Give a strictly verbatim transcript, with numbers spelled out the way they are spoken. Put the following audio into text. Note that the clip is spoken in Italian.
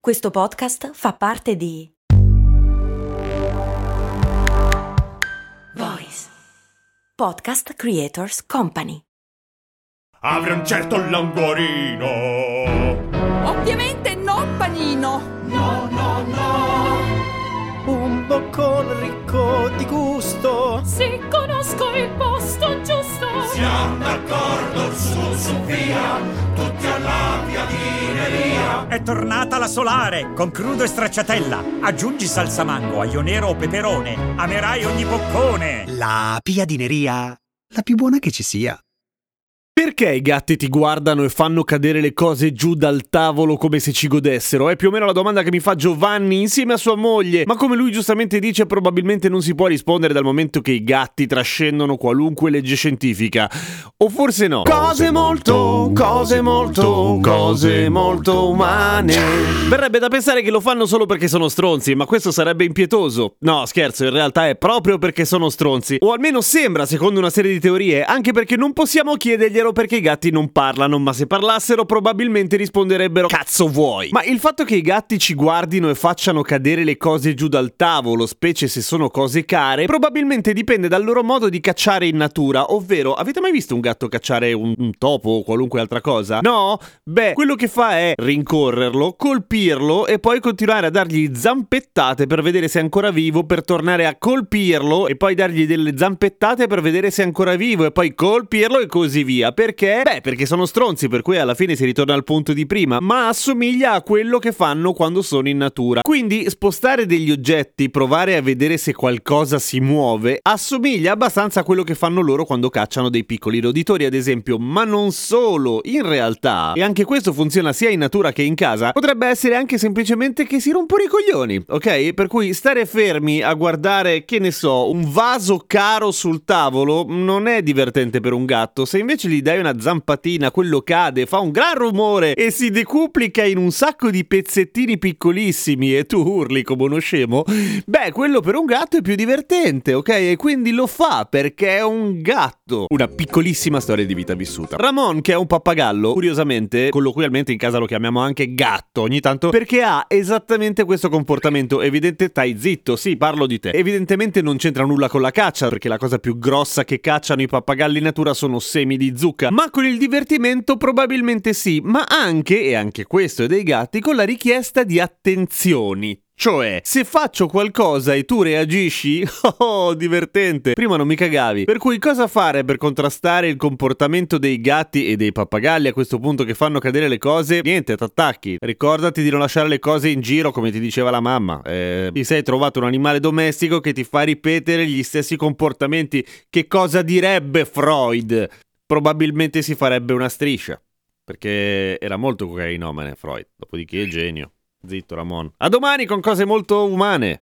Questo podcast fa parte di Voice Podcast Creators Company. Apre un certo languorino. Ovviamente non panino. No, no, no. Un boccone ricco di gusto. Se conosco il posto giusto. Siamo d'accordo, su, su, via. Tutti alla piadineria. È tornata la Solare, con crudo e stracciatella. Aggiungi salsa mango, aglio nero o peperone. Amerai ogni boccone. La piadineria, la più buona che ci sia. Perché i gatti ti guardano e fanno cadere le cose giù dal tavolo come se ci godessero? È più o meno la domanda che mi fa Giovanni insieme a sua moglie. Ma come lui giustamente dice, probabilmente non si può rispondere dal momento che i gatti trascendono qualunque legge scientifica. O forse no. Cose molto, cose molto, cose molto umane. Verrebbe da pensare che lo fanno solo perché sono stronzi, ma questo sarebbe impietoso. No, scherzo, in realtà è proprio perché sono stronzi. O almeno sembra, secondo una serie di teorie, anche perché non possiamo chiederglielo perché i gatti non parlano, ma se parlassero probabilmente risponderebbero cazzo vuoi. Ma il fatto che i gatti ci guardino e facciano cadere le cose giù dal tavolo, specie se sono cose care, probabilmente dipende dal loro modo di cacciare in natura. Ovvero, avete mai visto un gatto cacciare un, un topo o qualunque altra cosa? No? Beh, quello che fa è rincorrerlo, colpirlo e poi continuare a dargli zampettate per vedere se è ancora vivo, per tornare a colpirlo e poi dargli delle zampettate per vedere se è ancora vivo e poi colpirlo e così via. Perché? Beh, perché sono stronzi, per cui alla fine si ritorna al punto di prima, ma assomiglia a quello che fanno quando sono in natura. Quindi spostare degli oggetti, provare a vedere se qualcosa si muove, assomiglia abbastanza a quello che fanno loro quando cacciano dei piccoli roditori, ad esempio. Ma non solo, in realtà, e anche questo funziona sia in natura che in casa, potrebbe essere anche semplicemente che si rompono i coglioni, ok? Per cui stare fermi a guardare, che ne so, un vaso caro sul tavolo non è divertente per un gatto. Se invece gli dai una zampatina, quello cade, fa un gran rumore e si decuplica in un sacco di pezzettini piccolissimi e tu urli come uno scemo, beh, quello per un gatto è più divertente, ok? E quindi lo fa perché è un gatto. Una piccolissima storia di vita vissuta. Ramon, che è un pappagallo, curiosamente, colloquialmente in casa lo chiamiamo anche gatto ogni tanto, perché ha esattamente questo comportamento. Evidente, stai zitto, sì, parlo di te. Evidentemente non c'entra nulla con la caccia, perché la cosa più grossa che cacciano i pappagalli in natura sono semi di zucca, ma con il divertimento probabilmente sì, ma anche, e anche questo è dei gatti, con la richiesta di attenzioni. Cioè, se faccio qualcosa e tu reagisci, oh, divertente, prima non mi cagavi. Per cui cosa fare per contrastare il comportamento dei gatti e dei pappagalli a questo punto che fanno cadere le cose? Niente, t'attacchi. Ricordati di non lasciare le cose in giro come ti diceva la mamma. Eh, ti sei trovato un animale domestico che ti fa ripetere gli stessi comportamenti. Che cosa direbbe Freud? Probabilmente si farebbe una striscia, perché era molto cocainomane Freud, dopodiché è genio. Zitto Ramon. A domani con cose molto umane.